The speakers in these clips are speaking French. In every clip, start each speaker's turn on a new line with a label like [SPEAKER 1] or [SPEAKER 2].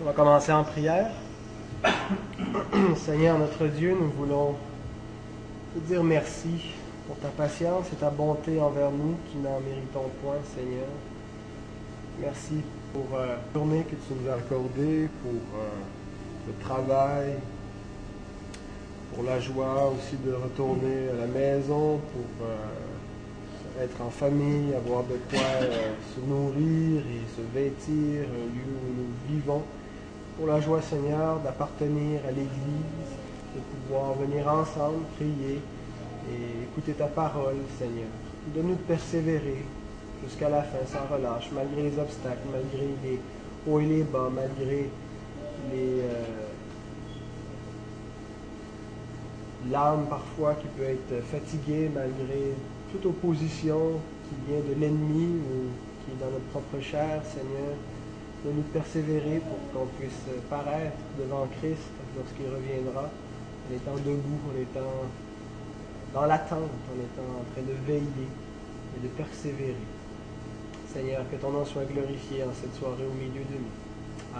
[SPEAKER 1] On va commencer en prière. Seigneur notre Dieu, nous voulons te dire merci pour ta patience et ta bonté envers nous qui n'en méritons point, Seigneur. Merci pour la journée que tu nous as accordée, pour le travail, pour la joie aussi de retourner à la maison, pour être en famille, avoir de quoi se nourrir et se vêtir, un lieu où nous vivons. Pour la joie, Seigneur, d'appartenir à l'Église, de pouvoir venir ensemble, prier et écouter ta parole, Seigneur. Donne-nous de persévérer jusqu'à la fin, sans relâche, malgré les obstacles, malgré les hauts et les bas, malgré l'âme parfois qui peut être fatiguée, malgré toute opposition qui vient de l'ennemi ou qui est dans notre propre chair, Seigneur. De nous persévérer pour qu'on puisse paraître devant Christ lorsqu'il reviendra, en étant debout, en étant dans l'attente, en étant en train de veiller et de persévérer. Seigneur, que ton nom soit glorifié en cette soirée au milieu de nous.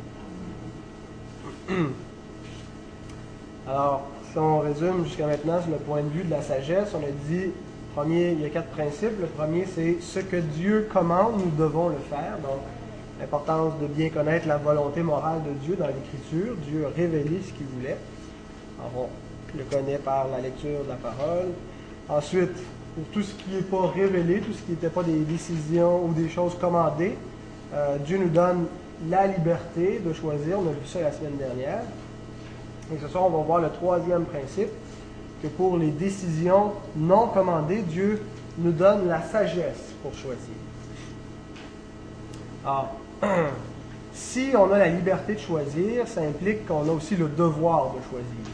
[SPEAKER 1] Amen. Alors, si on résume jusqu'à maintenant sur le point de vue de la sagesse, on a dit, il y a 4 principes. Le premier, c'est ce que Dieu commande, nous devons le faire. Donc, l'importance de bien connaître la volonté morale de Dieu dans l'Écriture. Dieu a révélé ce qu'il voulait. Alors, on le connaît par la lecture de la parole. Ensuite, pour tout ce qui n'est pas révélé, tout ce qui n'était pas des décisions ou des choses commandées, Dieu nous donne la liberté de choisir. On a vu ça la semaine dernière. Et ce soir, on va voir le troisième principe, que pour les décisions non commandées, Dieu nous donne la sagesse pour choisir. Alors, si on a la liberté de choisir, ça implique qu'on a aussi le devoir de choisir.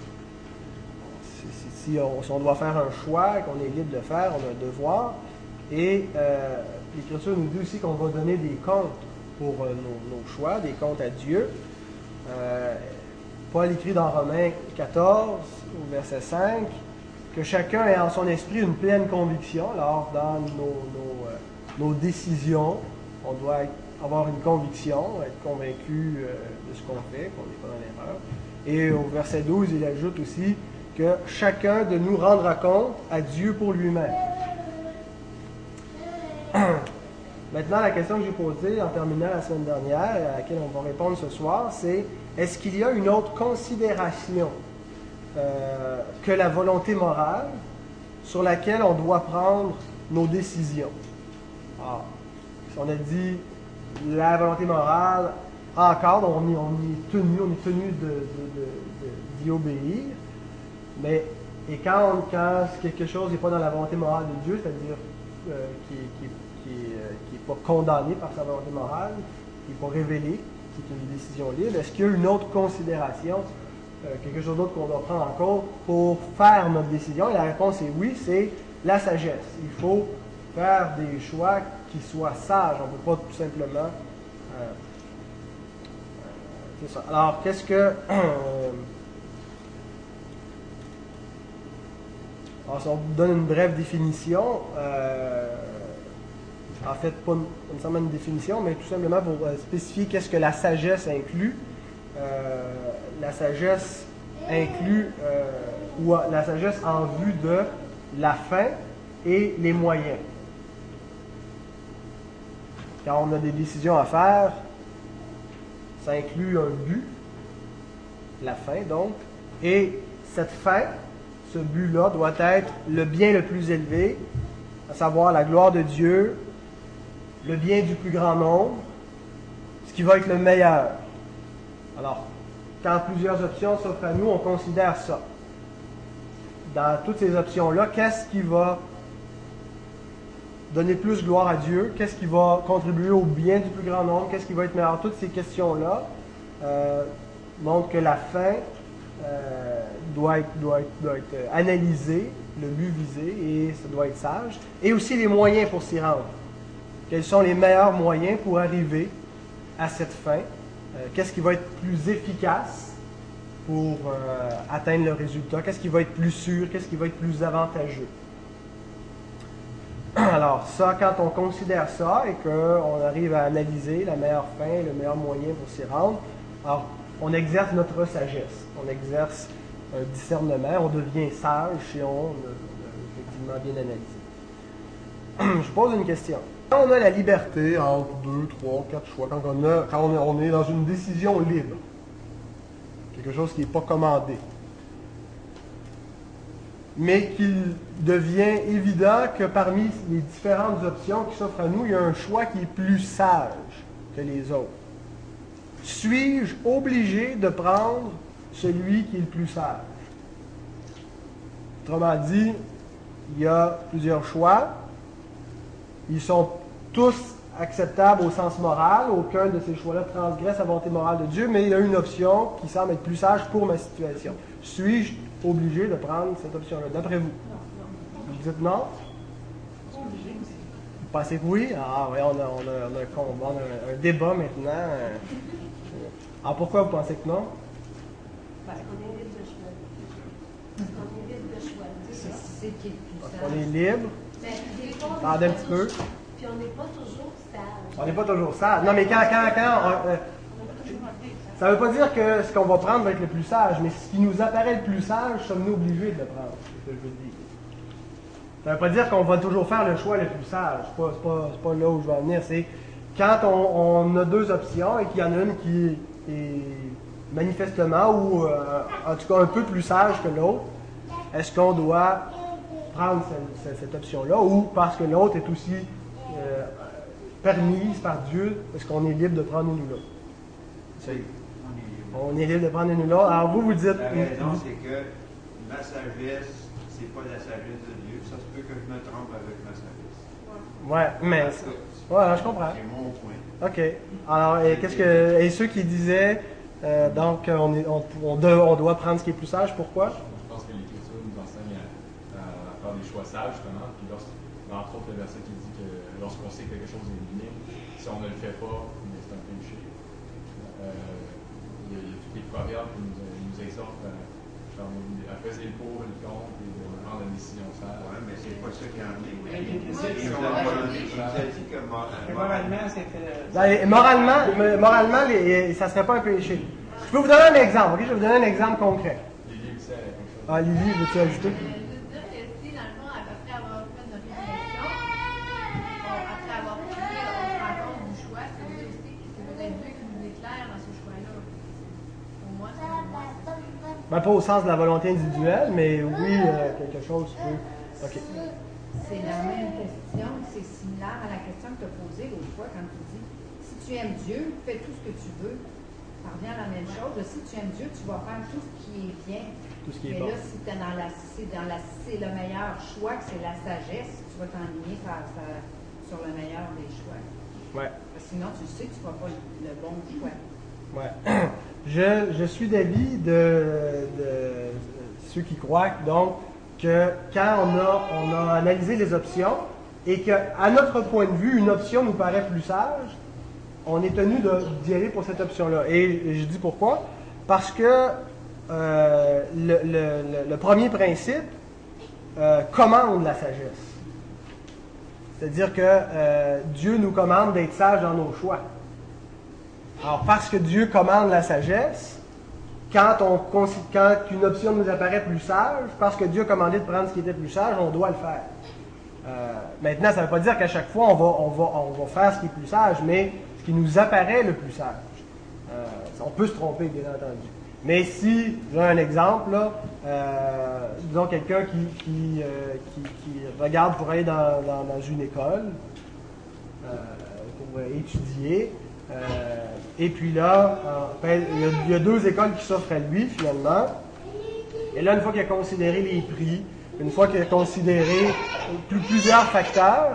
[SPEAKER 1] Si on doit faire un choix, qu'on est libre de faire, on a un devoir. Et l'Écriture nous dit aussi qu'on va donner des comptes pour nos choix, des comptes à Dieu. Paul écrit dans Romains 14, au verset 5, que chacun ait en son esprit une pleine conviction. Alors, dans nos décisions, on doit avoir une conviction, être convaincu de ce qu'on fait, qu'on n'est pas dans l'erreur. Et au verset 12, il ajoute aussi que chacun de nous rendra compte à Dieu pour lui-même. Maintenant, la question que j'ai posée en terminant la semaine dernière, et à laquelle on va répondre ce soir, c'est est-ce qu'il y a une autre considération que la volonté morale sur laquelle on doit prendre nos décisions? Alors, si on a dit la volonté morale, encore, on est tenu d'y obéir, mais et quand quelque chose n'est pas dans la volonté morale de Dieu, c'est-à-dire qui n'est pas condamné par sa volonté morale, qui n'est pas révélé, qui est une décision libre, est-ce qu'il y a une autre considération, quelque chose d'autre qu'on doit prendre en compte pour faire notre décision? Et la réponse est oui, c'est la sagesse. Il faut faire des choix qui soient sages. On ne peut pas tout simplement... c'est ça. Alors, qu'est-ce que... alors, si on vous donne une brève définition, en fait, pas nécessairement une définition, mais tout simplement pour spécifier qu'est-ce que la sagesse inclut. La sagesse inclut, ou la sagesse en vue de la fin et les moyens. Quand on a des décisions à faire, ça inclut un but, la fin donc, et cette fin, ce but-là doit être le bien le plus élevé, à savoir la gloire de Dieu, le bien du plus grand nombre, ce qui va être le meilleur. Alors, quand plusieurs options s'offrent à nous, on considère ça. Dans toutes ces options-là, qu'est-ce qui va donner plus gloire à Dieu? Qu'est-ce qui va contribuer au bien du plus grand nombre? Qu'est-ce qui va être meilleur? Toutes ces questions-là montrent que la fin doit être analysée, le but visé, et ça doit être sage. Et aussi les moyens pour s'y rendre. Quels sont les meilleurs moyens pour arriver à cette fin? Qu'est-ce qui va être plus efficace pour atteindre le résultat? Qu'est-ce qui va être plus sûr? Qu'est-ce qui va être plus avantageux? Alors ça, quand on considère ça et qu'on arrive à analyser la meilleure fin, le meilleur moyen pour s'y rendre, Alors, on exerce notre sagesse, on exerce un discernement, on devient sage si on a effectivement bien analysé. Je pose une question. Quand on a la liberté entre 2, 3, 4 choix, quand on est dans une décision libre, quelque chose qui n'est pas commandé, mais qu'il devient évident que parmi les différentes options qui s'offrent à nous, il y a un choix qui est plus sage que les autres. Suis-je obligé de prendre celui qui est le plus sage? Autrement dit, il y a plusieurs choix. Ils sont tous acceptables au sens moral. Aucun de ces choix-là transgresse la volonté morale de Dieu, mais il y a une option qui semble être plus sage pour ma situation. Suis-je obligé de prendre cette option-là, d'après vous? Vous dites non? Vous pensez que oui? Ah oui, on a un débat maintenant. Alors pourquoi vous pensez que non?
[SPEAKER 2] Parce qu'on est libre de choisir. On est libre de choisir. C'est qui est plus sage.
[SPEAKER 1] On est libre. Attendez un petit peu.
[SPEAKER 2] Puis on n'est pas toujours sage.
[SPEAKER 1] On n'est pas toujours sage. Non, mais ça ne veut pas dire que ce qu'on va prendre va être le plus sage, mais ce qui nous apparaît le plus sage, sommes-nous obligés de le prendre? C'est ce que je veux dire. Ça ne veut pas dire qu'on va toujours faire le choix le plus sage. C'est pas là où je veux en venir. C'est quand on a deux options et qu'il y en a une qui est manifestement ou en tout cas un peu plus sage que l'autre, est-ce qu'on doit prendre cette option-là ou parce que l'autre est aussi permise par Dieu, est-ce qu'on est libre de prendre une ou l'autre? On est libre de prendre une ou l'autre. Alors vous dites...
[SPEAKER 3] La raison, c'est que ma sagesse, c'est pas la sagesse de Dieu. Ça se peut que je me trompe avec ma sagesse.
[SPEAKER 1] Ouais, mais... Ouais, je comprends.
[SPEAKER 3] C'est mon point.
[SPEAKER 1] OK. Alors, et ceux qui disaient, donc, on doit prendre ce qui est plus sage, pourquoi?
[SPEAKER 4] Je pense que l'Écriture nous enseigne à faire des choix sages, justement. Puis entre autres, le verset qui dit que lorsqu'on sait que quelque chose est bien, si on ne le fait pas, c'est un péché. Il y a tous les proverbes qui nous exhortent à peser le pour et le contre et de prendre une décision sage.
[SPEAKER 3] Oui, mais c'est pas ça qu'il y en a.
[SPEAKER 4] Il
[SPEAKER 1] Moralement, ça ne serait pas un péché. Je peux vous donner un exemple, ok? Je vais vous donner un exemple concret.
[SPEAKER 4] Lily aussi, elle a quelque chose.
[SPEAKER 1] Ah, Lily, veux-tu ajouter?
[SPEAKER 5] Je veux dire que si, dans le fond, après avoir fait notre réflexion, après avoir prié, on se rend compte du choix, c'est Dieu aussi, c'est peut-être Dieu qui nous éclaire dans ce choix-là. Pour moi, c'est
[SPEAKER 1] Ben, pas au sens de la volonté individuelle, mais oui, quelque chose peut... OK.
[SPEAKER 2] C'est la même question, c'est similaire à la question que tu as posée l'autre fois quand tu dis si tu aimes Dieu, fais tout ce que tu veux. Ça revient à la même chose. Si tu aimes Dieu, tu vas faire tout ce qui est bien.
[SPEAKER 1] Tout ce qui est
[SPEAKER 2] Mais
[SPEAKER 1] bon.
[SPEAKER 2] là, si tu es c'est le meilleur choix, que c'est la sagesse, tu vas t'enligner sur le meilleur des choix.
[SPEAKER 1] Ouais.
[SPEAKER 2] Parce que sinon, tu sais que tu ne feras pas le bon choix.
[SPEAKER 1] Ouais. Je suis d'avis de ceux qui croient donc que quand on a analysé les options et qu'à notre point de vue, une option nous paraît plus sage, on est tenu d'y aller pour cette option-là. Et je dis pourquoi? Parce que le premier principe commande la sagesse. C'est-à-dire que Dieu nous commande d'être sages dans nos choix. Alors, parce que Dieu commande la sagesse, quand une option nous apparaît plus sage, parce que Dieu a commandé de prendre ce qui était plus sage, on doit le faire. Maintenant, ça ne veut pas dire qu'à chaque fois, on va faire ce qui est plus sage, mais ce qui nous apparaît le plus sage. On peut se tromper, bien entendu. Mais si, j'ai un exemple, là, disons quelqu'un qui regarde pour aller dans une école, pour étudier, et puis là, il y a deux écoles qui s'offrent à lui, finalement. Et là, une fois qu'il a considéré les prix, une fois qu'il a considéré plusieurs facteurs,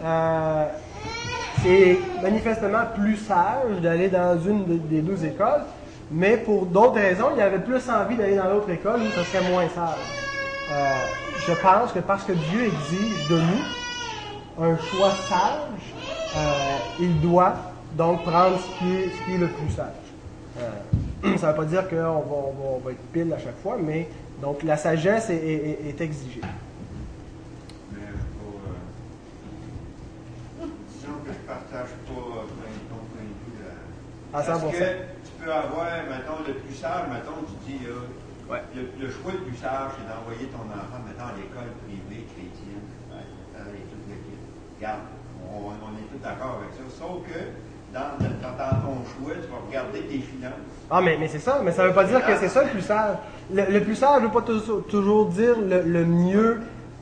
[SPEAKER 1] c'est manifestement plus sage d'aller dans une des deux écoles, mais pour d'autres raisons, il avait plus envie d'aller dans l'autre école où ça serait moins sage. Je pense que parce que Dieu exige de nous un choix sage, il doit donc prendre ce qui est le plus sage. Ça ne veut pas dire qu'on va être pile à chaque fois, mais donc la sagesse est exigée.
[SPEAKER 3] Mais disons que je ne partage pas ton point de vue là.
[SPEAKER 1] À 100%.
[SPEAKER 3] Parce que tu peux avoir, mettons, le plus sage, mettons, tu dis,
[SPEAKER 1] Ouais.
[SPEAKER 3] le choix le plus sage, c'est d'envoyer ton enfant, mettons, à l'école privée chrétienne. Ouais, et toute l'équipe. Regarde, on est tous d'accord avec ça. Sauf que, dans ton choix, tu vas regarder tes finances.
[SPEAKER 1] Ah, mais c'est ça, mais ça ne veut pas dire que c'est ça le plus sage. Le plus sage ne veut pas toujours dire le mieux.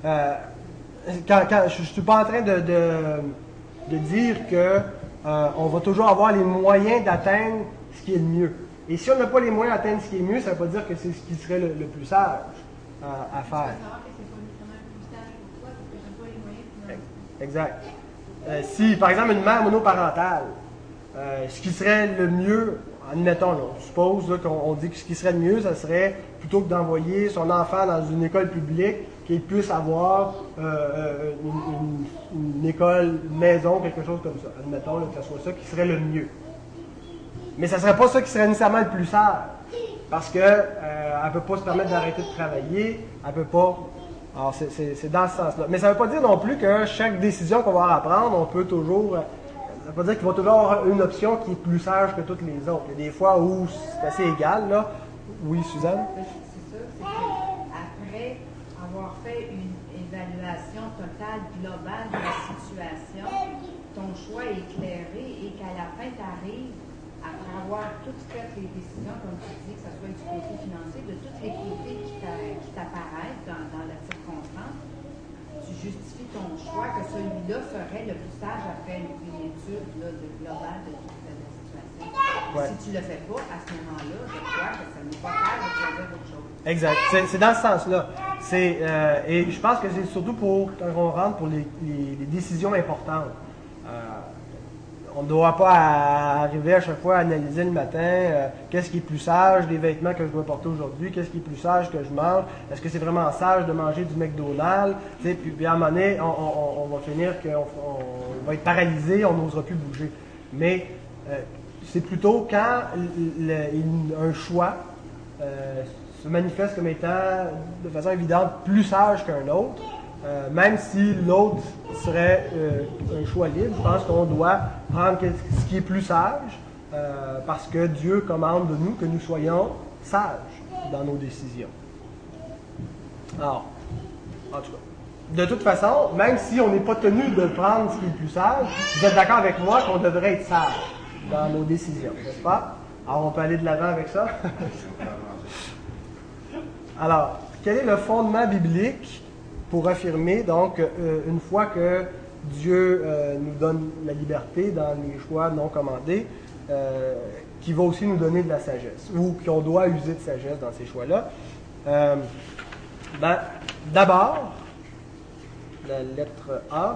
[SPEAKER 1] Je ne suis pas en train de dire que on va toujours avoir les moyens d'atteindre ce qui est le mieux. Et si on n'a pas les moyens d'atteindre ce qui est mieux, ça ne veut pas dire que c'est ce qui serait le plus sage à faire.
[SPEAKER 5] Tu peux savoir que c'est pas nécessairement le plus sage pour toi parce que tu n'as pas les moyens financiers.
[SPEAKER 1] Exact. Si, par exemple, une mère monoparentale, ce qui serait le mieux, admettons, là, on suppose là, qu'on dit que ce qui serait le mieux, ça serait plutôt que d'envoyer son enfant dans une école publique, qu'il puisse avoir une école maison, quelque chose comme ça. Admettons là, que ce soit ça qui serait le mieux. Mais ça ne serait pas ça qui serait nécessairement le plus sage. Parce qu'elle ne peut pas se permettre d'arrêter de travailler, elle ne peut pas. Alors, c'est dans ce sens-là. Mais ça ne veut pas dire non plus que chaque décision qu'on va avoir à prendre, on peut toujours. Ça veut pas dire qu'il va toujours avoir une option qui est plus sage que toutes les autres. Il y a des fois où c'est assez égal, là. Oui, Suzanne?
[SPEAKER 2] C'est ça, c'est qu'après avoir fait une évaluation totale, globale de la situation, ton choix est éclairé et qu'à la fin, tu arrives, après avoir toutes fait les décisions, comme tu dis, que ce soit du côté financier, de tous les côtés qui t'apparaissent dans la circonstance, tu justifies ton choix que celui-là serait le plus sage après une étude globale de toute la situation.
[SPEAKER 1] Ouais.
[SPEAKER 2] Si tu ne le fais pas, à ce moment-là, je crois que ça n'est pas sage de choisir autre chose.
[SPEAKER 1] Exact. C'est dans ce sens-là. Et je pense que c'est surtout pour, quand on rentre pour les décisions importantes. On ne doit pas arriver à chaque fois à analyser le matin qu'est-ce qui est plus sage, les vêtements que je dois porter aujourd'hui, qu'est-ce qui est plus sage que je mange, est-ce que c'est vraiment sage de manger du McDonald's, puis à un moment donné, on va finir qu'on va être paralysé, on n'osera plus bouger. Mais c'est plutôt quand un choix se manifeste comme étant de façon évidente plus sage qu'un autre, même si l'autre serait un choix libre, je pense qu'on doit prendre ce qui est plus sage, parce que Dieu commande de nous que nous soyons sages dans nos décisions. Alors, en tout cas, de toute façon, même si on n'est pas tenu de prendre ce qui est plus sage, vous êtes d'accord avec moi qu'on devrait être sage dans nos décisions, n'est-ce pas? Alors, on peut aller de l'avant avec ça. Alors, quel est le fondement biblique pour affirmer, donc, une fois que Dieu nous donne la liberté dans les choix non commandés, qui va aussi nous donner de la sagesse, ou qu'on doit user de sagesse dans ces choix-là? D'abord, la lettre A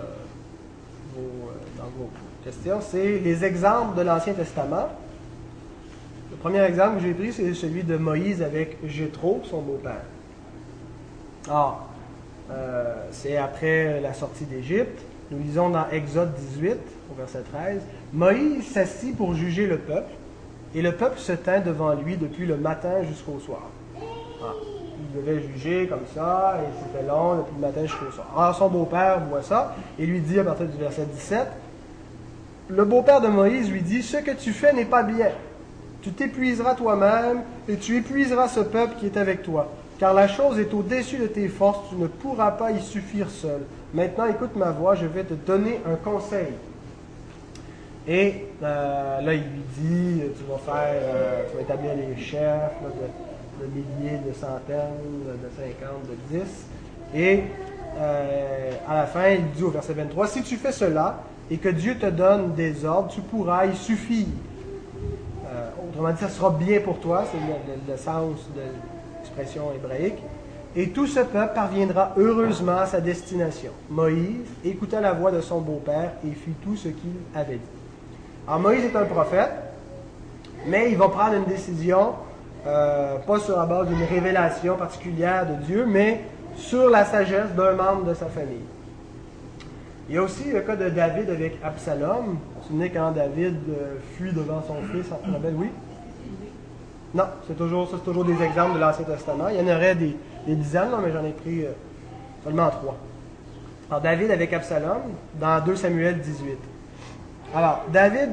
[SPEAKER 1] dans vos questions, c'est les exemples de l'Ancien Testament. Le premier exemple que j'ai pris, c'est celui de Moïse avec Jéthro, son beau-père. Alors, c'est après la sortie d'Égypte. Nous lisons dans Exode 18, au verset 13. Moïse s'assit pour juger le peuple, et le peuple se tint devant lui depuis le matin jusqu'au soir. Il devait juger comme ça, et c'était long depuis le matin jusqu'au soir. Alors son beau-père voit ça, et lui dit à partir du verset 17, le beau-père de Moïse lui dit, « Ce que tu fais n'est pas bien. Tu t'épuiseras toi-même, et tu épuiseras ce peuple qui est avec toi. Car la chose est au-dessus de tes forces, tu ne pourras pas y suffire seul. Maintenant, écoute ma voix, je vais te donner un conseil. » Et là, il lui dit, tu vas établir les chefs là, de milliers, de centaines, de 50, de 10. Et à la fin, il dit au verset 23, « Si tu fais cela, et que Dieu te donne des ordres, tu pourras y suffire. » Autrement dit, ça sera bien pour toi, c'est le sens de l'expression hébraïque. Et tout ce peuple parviendra heureusement à sa destination. Moïse écouta la voix de son beau-père et fit tout ce qu'il avait dit. Alors Moïse est un prophète, mais il va prendre une décision, pas sur la base d'une révélation particulière de Dieu, mais sur la sagesse d'un membre de sa famille. Il y a aussi le cas de David avec Absalom. Vous vous souvenez quand David fuit devant son fils, on rappelle, oui? Non, c'est toujours des exemples de l'Ancien Testament. Il y en aurait des dizaines, mais j'en ai pris seulement 3. Alors, David avec Absalom, dans 2 Samuel 18. Alors, David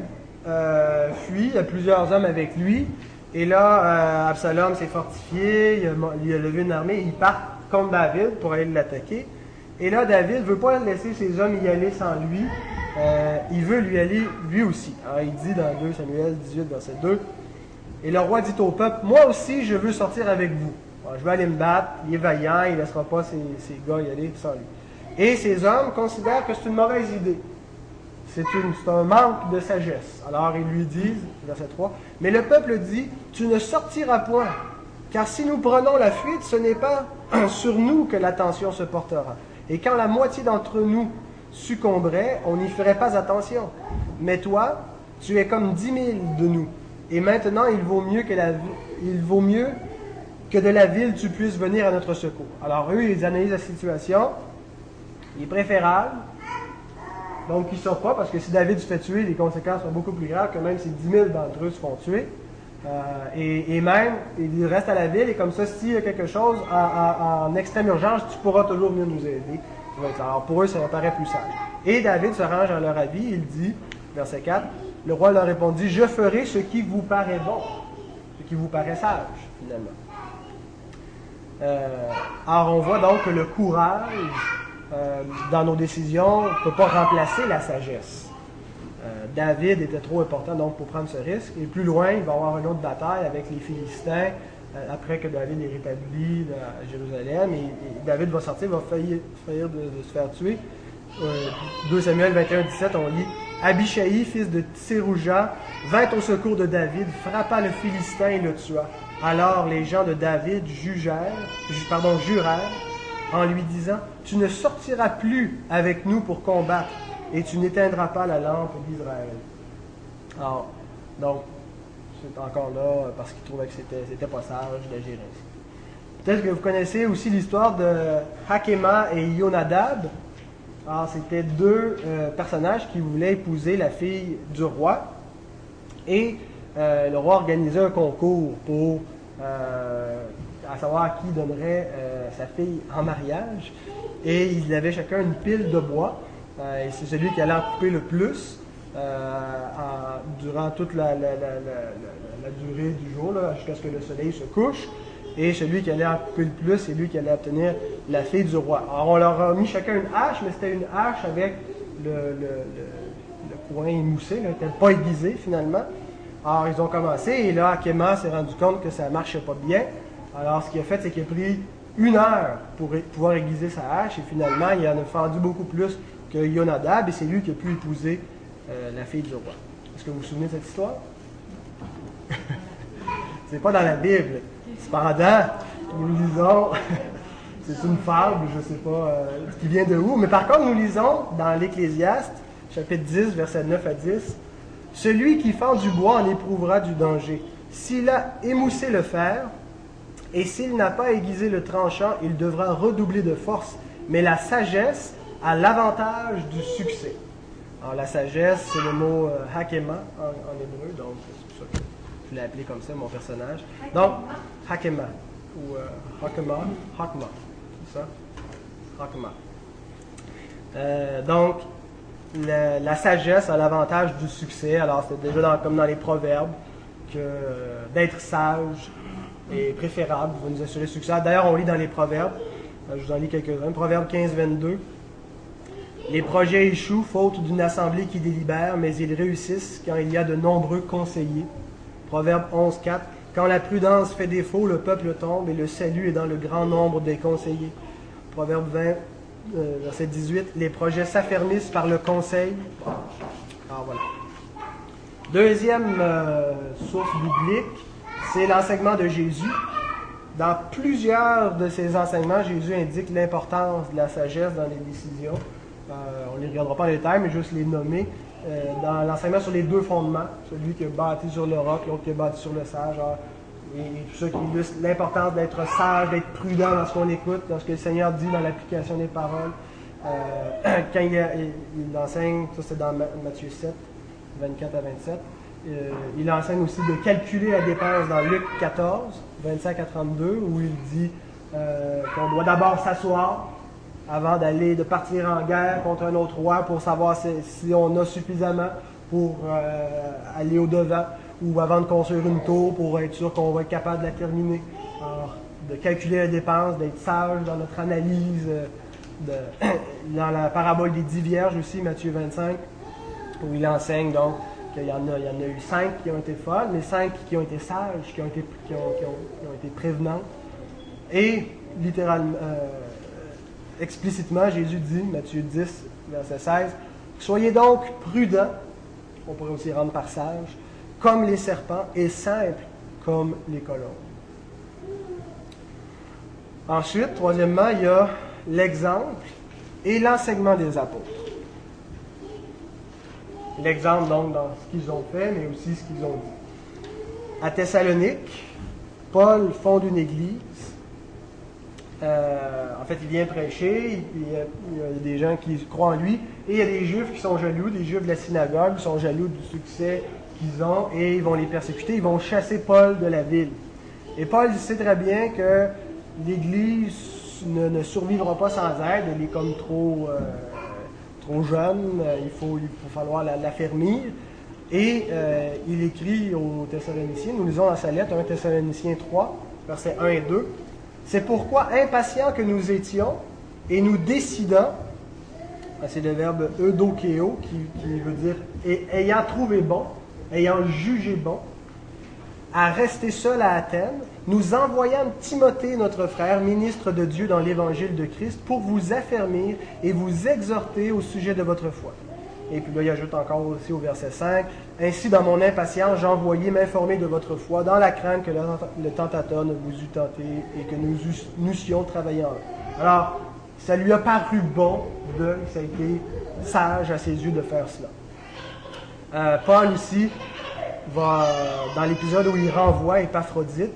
[SPEAKER 1] fuit, il y a plusieurs hommes avec lui. Et là, Absalom s'est fortifié, il a levé une armée, il part contre David pour aller l'attaquer. Et là, David ne veut pas laisser ses hommes y aller sans lui. Il veut lui aller lui aussi. Alors, il dit dans 2 Samuel 18, verset 2, « Et le roi dit au peuple, « Moi aussi, je veux sortir avec vous. Alors, je vais aller me battre, il est vaillant, il ne laissera pas ses gars y aller sans lui. » Et ces hommes considèrent que c'est une mauvaise idée. C'est un manque de sagesse. Alors, ils lui disent, verset 3, « Mais le peuple dit, « Tu ne sortiras point, car si nous prenons la fuite, ce n'est pas sur nous que l'attention se portera. Et quand la moitié d'entre nous succomberait, on n'y ferait pas attention. Mais toi, tu es comme 10 000 de nous. Et maintenant, il vaut mieux que de la ville tu puisses venir à notre secours. » Alors eux, ils analysent la situation. Il est préférable. Donc, ils ne sortent pas, parce que si David se fait tuer, les conséquences sont beaucoup plus graves que même si 10 000 d'entre eux se font tuer. Et même, il reste à la ville, et comme ça, s'il y a quelque chose en extrême urgence, tu pourras toujours venir nous aider. Alors pour eux, ça me paraît plus sage. Et David se range à leur avis, il dit, verset 4, le roi leur répondit, « Je ferai ce qui vous paraît bon, ce qui vous paraît sage, finalement. » Alors on voit donc que le courage dans nos décisions ne peut pas remplacer la sagesse. David était trop important donc pour prendre ce risque. Et plus loin, il va y avoir une autre bataille avec les Philistins après que David est rétabli à Jérusalem. Et David va sortir, va faillir de se faire tuer. 2 Samuel 21, 17, on lit « Abishai, fils de Tserouja, vint au secours de David, frappa le Philistin et le tua. Alors les gens de David jurèrent en lui disant « Tu ne sortiras plus avec nous pour combattre, et tu n'éteindras pas la lampe d'Israël. » Alors, donc, c'est encore là parce qu'il trouvait que c'était pas sage d'agir ainsi. Peut-être que vous connaissez aussi l'histoire de Hakema et Yonadab. Alors, c'était deux personnages qui voulaient épouser la fille du roi. Et le roi organisait un concours pour à savoir à qui donnerait sa fille en mariage. Et ils avaient chacun une pile de bois. Et c'est celui qui allait en couper le plus durant toute la durée du jour, jusqu'à ce que le soleil se couche. Et celui qui allait en couper le plus, c'est lui qui allait obtenir la fille du roi. Alors on leur a mis chacun une hache, mais c'était une hache avec le coin émoussé, elle n'était pas aiguisée finalement. Alors ils ont commencé, et là, Hakema s'est rendu compte que ça ne marchait pas bien. Alors ce qu'il a fait, c'est qu'il a pris 1 heure pour pouvoir aiguiser sa hache, et finalement, il en a fendu beaucoup plus que Yonadab, et c'est lui qui a pu épouser la fille du roi. Est-ce que vous vous souvenez de cette histoire? C'est pas dans la Bible. Cependant, nous lisons, c'est une fable, je ne sais pas qui vient de où, mais par contre, nous lisons dans l'Ecclésiaste, chapitre 10, versets 9 à 10, « Celui qui fend du bois en éprouvera du danger. S'il a émoussé le fer, et s'il n'a pas aiguisé le tranchant, il devra redoubler de force. Mais la sagesse a l'avantage du succès. » Alors la sagesse, c'est le mot Hakema en hébreu, donc c'est pour ça que je l'ai appelé comme ça, mon personnage. Donc, Hakema, ou Hakema, c'est ça? Hakema. Donc, la sagesse a l'avantage du succès. Alors, c'est déjà comme dans les proverbes, que d'être sage est préférable, va nous assurer le succès. D'ailleurs, on lit dans les proverbes, je vous en lis quelques-uns, Proverbe 15, 22. Les projets échouent faute d'une assemblée qui délibère, mais ils réussissent quand il y a de nombreux conseillers. Proverbe 11, 4. Quand la prudence fait défaut, le peuple tombe et le salut est dans le grand nombre des conseillers. Proverbe 20, verset 18. Les projets s'affermissent par le conseil. Alors voilà. Deuxième source biblique, c'est l'enseignement de Jésus. Dans plusieurs de ses enseignements, Jésus indique l'importance de la sagesse dans les décisions. On ne les regardera pas en détail, mais juste les nommer. Dans l'enseignement sur les 2 fondements, celui qui est bâti sur le roc, l'autre qui est bâti sur le sage, et tout ça qui illustre l'importance d'être sage, d'être prudent dans ce qu'on écoute, dans ce que le Seigneur dit dans l'application des paroles. Quand il enseigne, ça c'est dans Matthieu 7, 24 à 27, il enseigne aussi de calculer la dépense dans Luc 14, 25 à 32, où il dit qu'on doit d'abord s'asseoir avant de partir en guerre contre un autre roi pour savoir si on a suffisamment pour aller au-devant, ou avant de construire une tour pour être sûr qu'on va être capable de la terminer. Alors, de calculer les dépenses, d'être sage dans notre analyse, dans la parabole des 10 vierges aussi, Matthieu 25, où il enseigne donc qu'il y en a eu 5 qui ont été folles, mais 5 qui ont été sages, qui ont été prévenantes. Et littéralement, explicitement, Jésus dit, Matthieu 10, verset 16, « Soyez donc prudents », on pourrait aussi rendre par sage, « comme les serpents et simples comme les colombes. » Ensuite, troisièmement, il y a l'exemple et l'enseignement des apôtres. L'exemple, donc, dans ce qu'ils ont fait, mais aussi ce qu'ils ont dit. À Thessalonique, Paul fonde une église. En fait, il vient prêcher, il y a des gens qui croient en lui, et il y a des Juifs qui sont jaloux, des Juifs de la synagogue qui sont jaloux du succès qu'ils ont, et ils vont les persécuter, ils vont chasser Paul de la ville. Et Paul sait très bien que l'Église ne survivra pas sans aide, elle est comme trop jeune, il faut falloir l'affermir. Et il écrit aux Thessaloniciens, nous lisons dans sa lettre, 1 Thessaloniciens 3, versets 1 et 2, « C'est pourquoi, impatients que nous étions, et nous décidant, c'est le verbe eudokeo, qui veut dire ayant trouvé bon, ayant jugé bon, à rester seuls à Athènes, nous envoyâmes Timothée, notre frère, ministre de Dieu dans l'évangile de Christ, pour vous affermir et vous exhorter au sujet de votre foi. » Et puis là, il ajoute encore aussi au verset 5, « Ainsi, dans mon impatience, j'envoyais m'informer de votre foi, dans la crainte que le tentateur ne vous eût tenté et que nous eussions travaillé en eux. » Alors, ça lui a paru bon, ça a été sage à ses yeux de faire cela. Paul aussi va, dans l'épisode où il renvoie Épaphrodite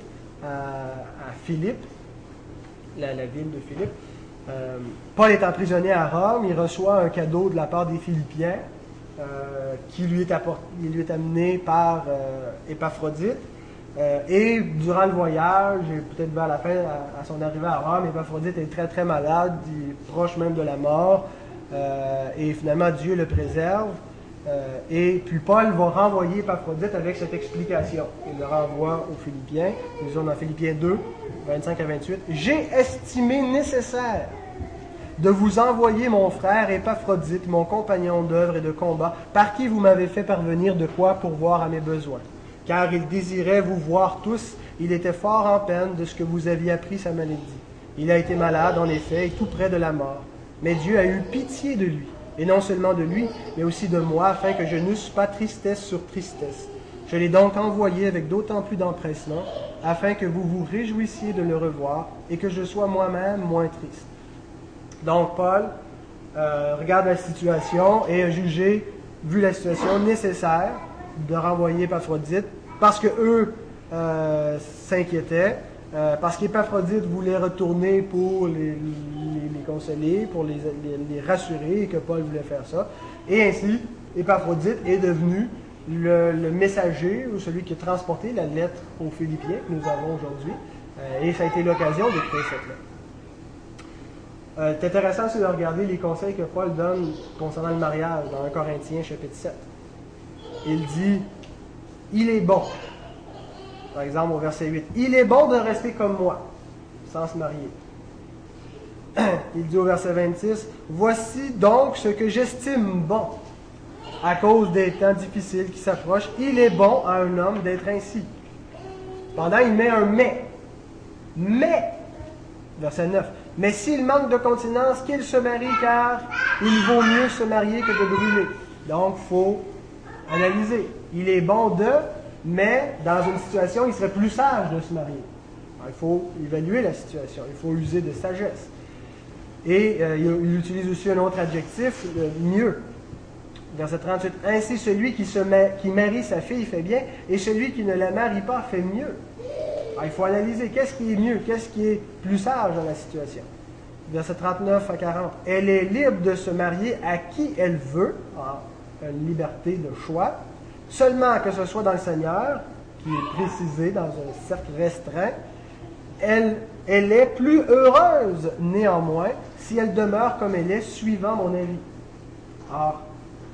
[SPEAKER 1] à Philippe, la ville de Philippe, Paul est emprisonné à Rome, il reçoit un cadeau de la part des Philippiens qui lui est amené par Épaphrodite. Et durant le voyage, et peut-être vers la fin, à son arrivée à Rome, Épaphrodite est très très malade, il est proche même de la mort, et finalement Dieu le préserve. Et puis Paul va renvoyer Épaphrodite avec cette explication. Il le renvoie aux Philippiens. Nous lisons dans Philippiens 2, 25 à 28. « J'ai estimé nécessaire de vous envoyer mon frère Épaphrodite, mon compagnon d'œuvre et de combat, par qui vous m'avez fait parvenir de quoi pourvoir à mes besoins. Car il désirait vous voir tous, il était fort en peine de ce que vous aviez appris sa maladie. Il a été malade, en effet, et tout près de la mort. Mais Dieu a eu pitié de lui. Et non seulement de lui, mais aussi de moi, afin que je n'eusse pas tristesse sur tristesse. Je l'ai donc envoyé avec d'autant plus d'empressement, afin que vous vous réjouissiez de le revoir et que je sois moi-même moins triste. » Donc Paul regarde la situation et a jugé, vu la situation, nécessaire de renvoyer Épaphrodite, parce qu'eux s'inquiétaient, parce qu'Épaphrodite voulait retourner pour les consoler, pour les rassurer, et que Paul voulait faire ça. Et ainsi, Épaphrodite est devenu le messager, ou celui qui a transporté la lettre aux Philippiens que nous avons aujourd'hui. Et ça a été l'occasion d'écrire cette lettre. C'est intéressant aussi de regarder les conseils que Paul donne concernant le mariage dans 1 Corinthiens chapitre 7. Il dit, il est bon, par exemple au verset 8, il est bon de rester comme moi, sans se marier. Il dit au verset 26, voici donc ce que j'estime bon, à cause des temps difficiles qui s'approchent, il est bon à un homme d'être ainsi. Pendant, il met un mais, verset 9, mais s'il manque de continence, qu'il se marie, car il vaut mieux se marier que de brûler. Donc, il faut analyser. Il est bon mais dans une situation, il serait plus sage de se marier. Alors, il faut évaluer la situation, il faut user de sagesse. Et il utilise aussi un autre adjectif, mieux. Verset 38, ainsi celui qui marie sa fille fait bien, et celui qui ne la marie pas fait mieux. Alors, il faut analyser qu'est-ce qui est mieux, qu'est-ce qui est plus sage dans la situation. Verset 39 à 40, elle est libre de se marier à qui elle veut, une liberté de choix, seulement que ce soit dans le Seigneur, qui est précisé dans un cercle restreint. Elle est plus heureuse, néanmoins, si elle demeure comme elle est, suivant mon avis. Or,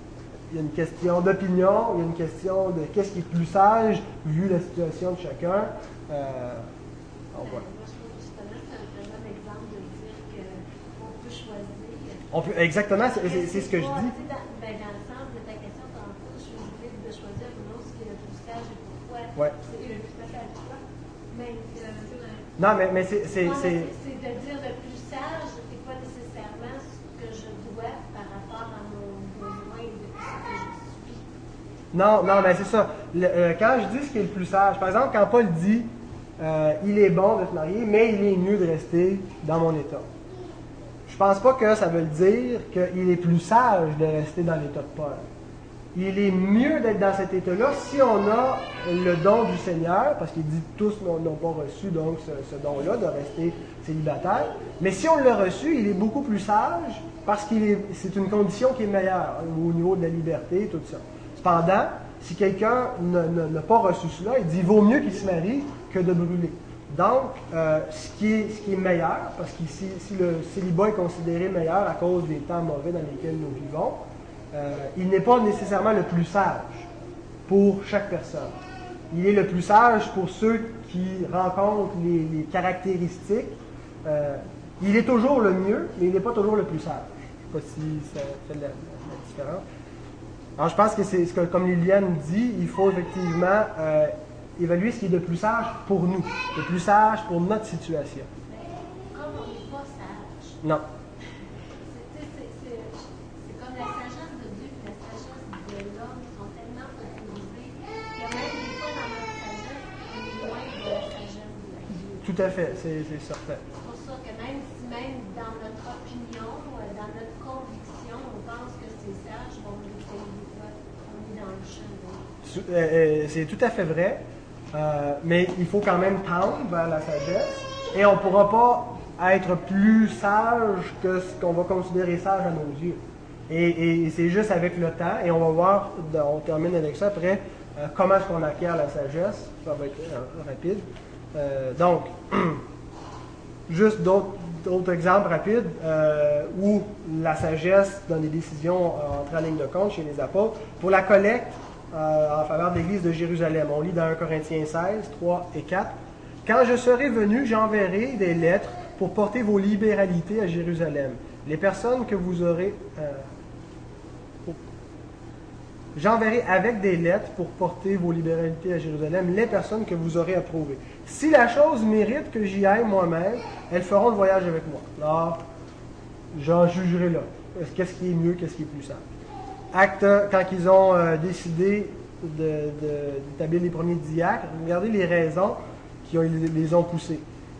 [SPEAKER 1] il y a une question d'opinion, il y a une question de qu'est-ce qui est plus sage vu la situation de chacun. On voit.
[SPEAKER 6] Moi, je trouve justement que c'est un très bon exemple de dire qu'on peut choisir.
[SPEAKER 1] On peut, exactement, c'est ce que je dis.
[SPEAKER 6] Dans le sens de ta question tantôt, je suis libre de choisir pour nous ce qui est le plus sage et pourquoi.
[SPEAKER 1] Ouais.
[SPEAKER 6] C'est le plus sage à toi. Mais c'est la même chose.
[SPEAKER 1] Non, mais c'est
[SPEAKER 6] de dire le plus sage, c'est pas nécessairement ce que je dois par rapport à mon besoin et de ce que je suis.
[SPEAKER 1] Non, mais c'est ça. Quand je dis ce qui est le plus sage, par exemple, quand Paul dit il est bon de se marier, mais il est mieux de rester dans mon état. Je pense pas que ça veut dire qu'il est plus sage de rester dans l'état de Paul. Il est mieux d'être dans cet état-là si on a le don du Seigneur, parce qu'il dit tous n'ont pas reçu donc ce don-là de rester célibataire. Mais si on l'a reçu, il est beaucoup plus sage parce c'est une condition qui est meilleure au niveau de la liberté, tout ça. Cependant, si quelqu'un n'a pas reçu cela, il dit il vaut mieux qu'il se marie que de brûler. Donc, ce qui est meilleur, parce que si le célibat est considéré meilleur à cause des temps mauvais dans lesquels nous vivons, il n'est pas nécessairement le plus sage pour chaque personne. Il est le plus sage pour ceux qui rencontrent les caractéristiques. Il est toujours le mieux, mais il n'est pas toujours le plus sage. Je ne sais pas si ça fait la différence. Alors, je pense que c'est comme Liliane dit, il faut effectivement évaluer ce qui est le plus sage pour nous, le plus sage pour notre situation.
[SPEAKER 6] Mais comme on n'est pas sage,
[SPEAKER 1] Non.
[SPEAKER 6] c'est comme la sagesse de Dieu et la sagesse de l'homme sont tellement opposées que même des fois dans notre sagesse, on est loin de la sagesse de Dieu.
[SPEAKER 1] Tout à fait, c'est certain.
[SPEAKER 6] C'est pour ça que même si dans notre opinion, dans notre conviction, on pense que c'est sage, bon, des fois, on est dans le champ.
[SPEAKER 1] C'est tout à fait vrai, mais il faut quand même tendre vers la sagesse et on ne pourra pas être plus sage que ce qu'on va considérer sage à nos yeux. Et c'est juste avec le temps, et on va voir, on termine avec ça après, comment est-ce qu'on acquiert la sagesse. Ça va être rapide. Donc, juste d'autres exemples rapides où la sagesse donne des décisions entre en ligne de compte chez les apôtres. Pour la collecte en faveur de l'Église de Jérusalem, on lit dans 1 Corinthiens 16, 3 et 4. « Quand je serai venu, j'enverrai des lettres pour porter vos libéralités à Jérusalem. Les personnes que vous aurez... J'enverrai avec des lettres pour porter vos libéralités à Jérusalem les personnes que vous aurez approuvées. Si la chose mérite que j'y aille moi-même, elles feront le voyage avec moi. » Alors, j'en jugerai là. Qu'est-ce qui est mieux, qu'est-ce qui est plus simple. Acte, quand ils ont décidé d'établir les premiers diacres, regardez les raisons qui les ont poussés.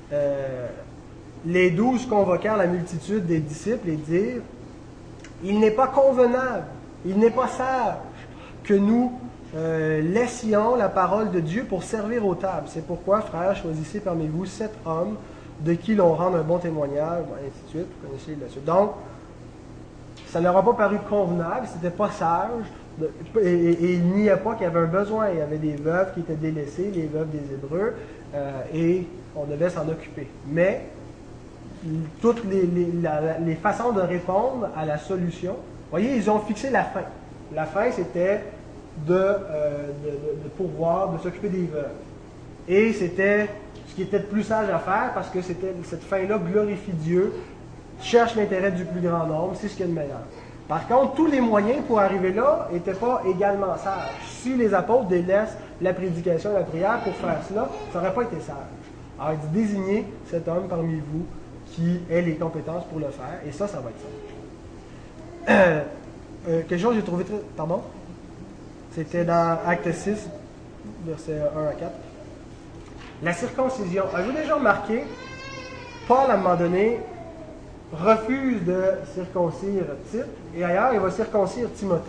[SPEAKER 1] Les 12 convoquèrent la multitude des disciples et dirent « Il n'est pas convenable, il n'est pas sage que nous laissions la parole de Dieu pour servir aux tables. C'est pourquoi, frères, choisissez parmi vous 7 hommes de qui l'on rende un bon témoignage, ainsi de suite. Vous connaissez la suite. Donc, ça ne leur a pas paru convenable, c'était pas sage, et il n'y a pas qu'il y avait un besoin. Il y avait des veuves qui étaient délaissées, les veuves des Hébreux, et on devait s'en occuper. Mais toutes les façons de répondre à la solution, vous voyez, ils ont fixé la fin. La fin, c'était de pourvoir, de s'occuper des veuves. Et c'était ce qui était le plus sage à faire, parce que cette fin-là glorifie Dieu, cherche l'intérêt du plus grand nombre, c'est ce qui est le meilleur. Par contre, tous les moyens pour arriver là n'étaient pas également sages. Si les apôtres délaissent la prédication et la prière pour faire cela, ça n'aurait pas été sage. Alors, il dit, désignez cet homme parmi vous qui ait les compétences pour le faire, et ça va être sage. Quelque chose que j'ai trouvé très... Pardon? C'était dans Acte 6, versets 1 à 4. La circoncision. Avez-vous déjà remarqué, Paul, à un moment donné, refuse de circoncire Tite, et ailleurs, il va circoncire Timothée.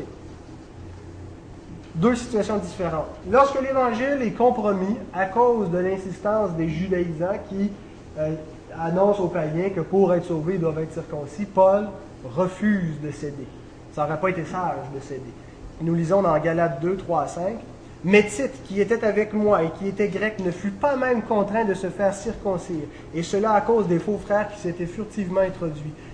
[SPEAKER 1] Deux situations différentes. Lorsque l'Évangile est compromis à cause de l'insistance des judaïsants qui annoncent aux païens que pour être sauvés, ils doivent être circoncis, Paul refuse de céder. Ça n'aurait pas été sage de céder. Nous lisons dans Galates 2, 3 à 5. « Mais Tite, qui était avec moi et qui était grec, ne fut pas même contraint de se faire circoncire, et cela à cause des faux frères qui s'étaient furtivement introduits.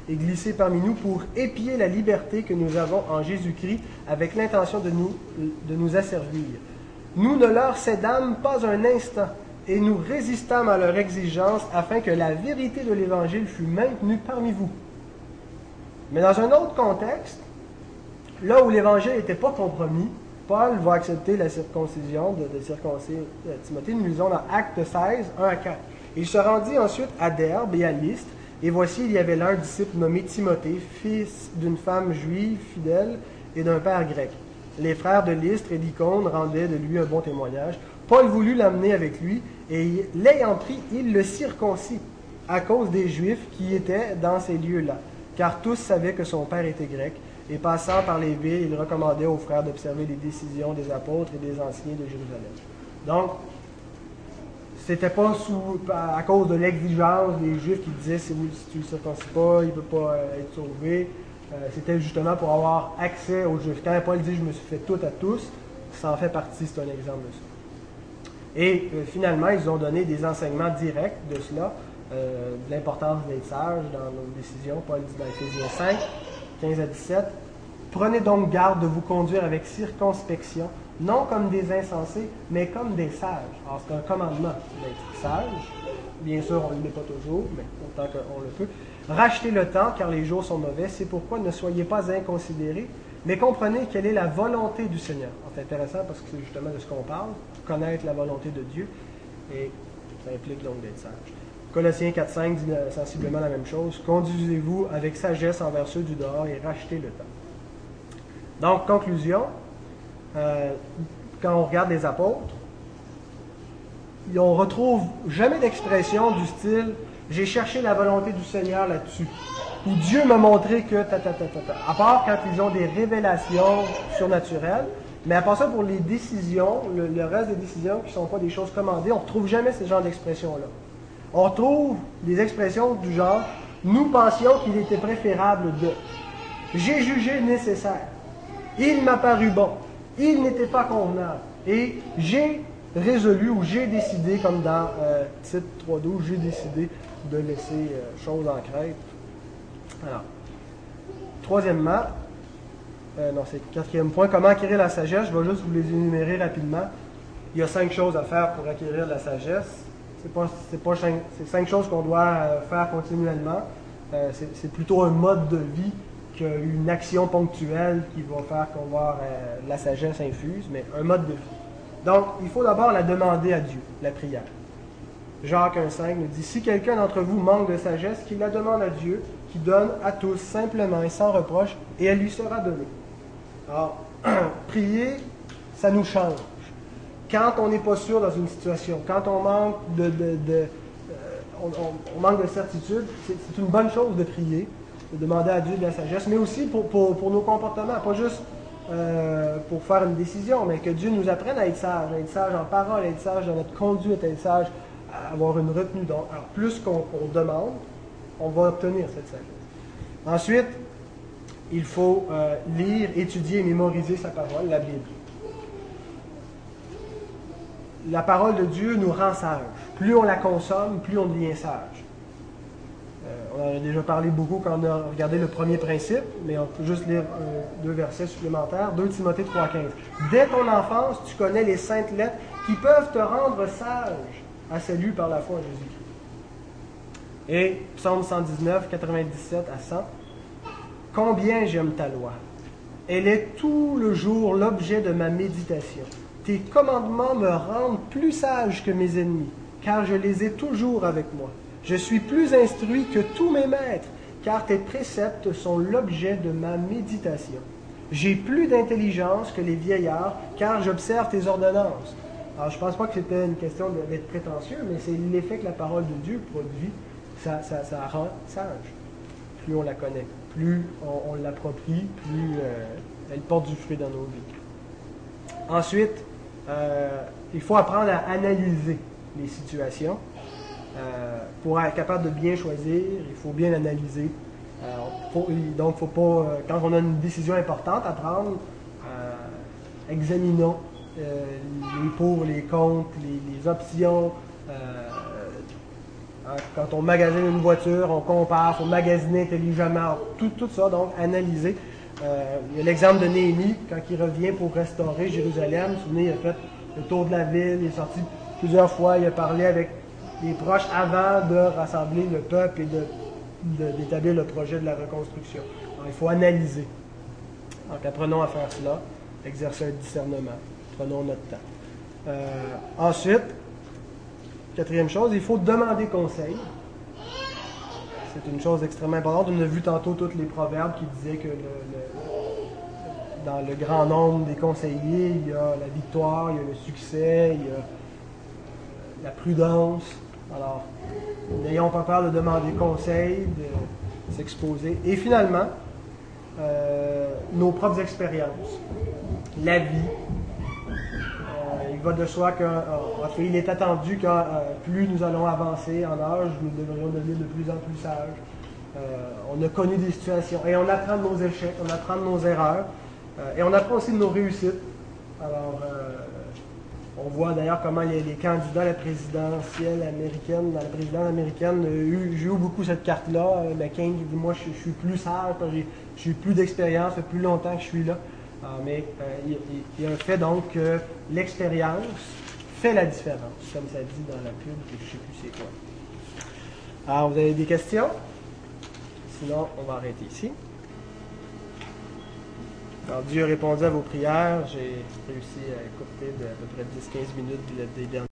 [SPEAKER 1] est glissé parmi nous pour épier la liberté que nous avons en Jésus-Christ avec l'intention de nous asservir. Nous ne leur cédâmes pas un instant et nous résistâmes à leur exigence afin que la vérité de l'Évangile fût maintenue parmi vous. Mais dans un autre contexte, là où l'Évangile n'était pas compromis, Paul va accepter la circoncision de circoncire Timothée. Nous lisons dans Actes 16, 1 à 4. Il se rendit ensuite à Derbe et à Lystre, et voici, il y avait là un disciple nommé Timothée, fils d'une femme juive fidèle et d'un père grec. Les frères de Lystre et d'Icône rendaient de lui un bon témoignage. Paul voulut l'amener avec lui, et l'ayant pris, il le circoncit, à cause des Juifs qui étaient dans ces lieux-là, car tous savaient que son père était grec. Et passant par les villes, il recommandait aux frères d'observer les décisions des apôtres et des anciens de Jérusalem. Donc, c'était pas à cause de l'exigence des Juifs qui disaient si tu ne le circoncis pas, il ne peut pas être sauvé. C'était justement pour avoir accès aux Juifs. Quand Paul dit « je me suis fait tout à tous », ça en fait partie, c'est un exemple de ça. Et finalement, ils ont donné des enseignements directs de cela, de l'importance d'être sage dans nos décisions. Paul dit dans Éphésiens 5, 15 à 17, « Prenez donc garde de vous conduire avec circonspection, non comme des insensés, mais comme des sages. » Alors, c'est un commandement d'être sage. Bien sûr, on ne l'est pas toujours, mais autant qu'on le peut. « Rachetez le temps, car les jours sont mauvais. C'est pourquoi ne soyez pas inconsidérés, mais comprenez quelle est la volonté du Seigneur. » C'est intéressant parce que c'est justement de ce qu'on parle, connaître la volonté de Dieu, et ça implique donc d'être sage. Colossiens 4,5 dit sensiblement la même chose. « Conduisez-vous avec sagesse envers ceux du dehors et rachetez le temps. » Donc, conclusion, quand on regarde les apôtres, on ne retrouve jamais d'expression du style « j'ai cherché la volonté du Seigneur là-dessus » ou « Dieu m'a montré que à part quand ils ont des révélations surnaturelles, mais à part ça, pour les décisions, le reste des décisions qui ne sont pas des choses commandées, on ne retrouve jamais ce genre d'expression-là. On retrouve des expressions du genre « nous pensions qu'il était préférable de »,« j'ai jugé nécessaire »,« il m'a paru bon »,« il n'était pas convenable » et « j'ai résolu » ou « j'ai décidé », comme dans Tite 3.12, « j'ai décidé de laisser chose en crête ». Alors, troisièmement, c'est le quatrième point, comment acquérir la sagesse. Je vais juste vous les énumérer rapidement. Il y a 5 choses à faire pour acquérir la sagesse. C'est 5 choses qu'on doit faire continuellement. C'est plutôt un mode de vie qu'une action ponctuelle qui va faire qu'on va avoir la sagesse infuse, mais un mode de vie. Donc, il faut d'abord la demander à Dieu, la prière. Jacques 1,5 nous dit « Si quelqu'un d'entre vous manque de sagesse, qu'il la demande à Dieu, qui donne à tous simplement et sans reproche, et elle lui sera donnée. » Alors, prier, ça nous change. Quand on n'est pas sûr dans une situation, quand on manque on manque de certitude, c'est une bonne chose de prier, de demander à Dieu de la sagesse, mais aussi pour nos comportements, pas juste pour faire une décision, mais que Dieu nous apprenne à être sage en parole, à être sage dans notre conduite, à être sage, à avoir une retenue. Donc, alors, plus qu'on demande, on va obtenir cette sagesse. Ensuite, il faut lire, étudier et mémoriser sa parole, la Bible. La parole de Dieu nous rend sages. Plus on la consomme, plus on devient sage. On en a déjà parlé beaucoup quand on a regardé le premier principe, mais on peut juste lire 2 versets supplémentaires. 2 Timothée 3,15. « Dès ton enfance, tu connais les saintes lettres qui peuvent te rendre sage à salut par la foi en Jésus-Christ. » Et Psaume 119, 97 à 100. « Combien j'aime ta loi! Elle est tout le jour l'objet de ma méditation. Tes commandements me rendent plus sage que mes ennemis, car je les ai toujours avec moi. Je suis plus instruit que tous mes maîtres, car tes préceptes sont l'objet de ma méditation. J'ai plus d'intelligence que les vieillards, car j'observe tes ordonnances. » Alors, je ne pense pas que c'était une question d'être prétentieux, mais c'est l'effet que la parole de Dieu produit. Ça rend sage. Plus on la connaît, plus on l'approprie, plus elle porte du fruit dans nos vies. Ensuite, il faut apprendre à analyser les situations. Pour être capable de bien choisir, il faut bien analyser. Donc, il ne faut pas, quand on a une décision importante à prendre, examinons les pour, les contre, les options. Hein, quand on magasine une voiture, on compare, il faut magasiner intelligemment, tout ça, donc analyser. Il y a l'exemple de Néhémie, quand il revient pour restaurer Jérusalem. Vous vous souvenez, il a fait le tour de la ville, il est sorti plusieurs fois, il a parlé avec les proches avant de rassembler le peuple et d'établir le projet de la reconstruction. Alors, il faut analyser. Donc, apprenons à faire cela, exercer un discernement. Prenons notre temps. Ensuite, quatrième chose, il faut demander conseil. C'est une chose extrêmement importante. On a vu tantôt tous les proverbes qui disaient que dans le grand nombre des conseillers, il y a la victoire, il y a le succès, il y a la prudence. Alors, n'ayons pas peur de demander conseil, de s'exposer. Et finalement, nos propres expériences, la vie. Il va de soi qu'il est attendu que plus nous allons avancer en âge, nous devrions devenir de plus en plus sages. On a connu des situations et on apprend de nos échecs, on apprend de nos erreurs et on apprend aussi de nos réussites. Alors, on voit d'ailleurs comment les candidats à la présidentielle américaine, j'ai eu beaucoup cette carte-là. McCain qui dit, moi je suis plus sage, j'ai eu plus d'expérience, ça fait plus longtemps que je suis là. Mais il y a un fait donc que l'expérience fait la différence, comme ça dit dans la pub, que je ne sais plus c'est quoi. Alors, vous avez des questions? Sinon, on va arrêter ici. Alors, Dieu a répondu à vos prières. J'ai réussi à écouter d'à peu près 10-15 minutes des dernières.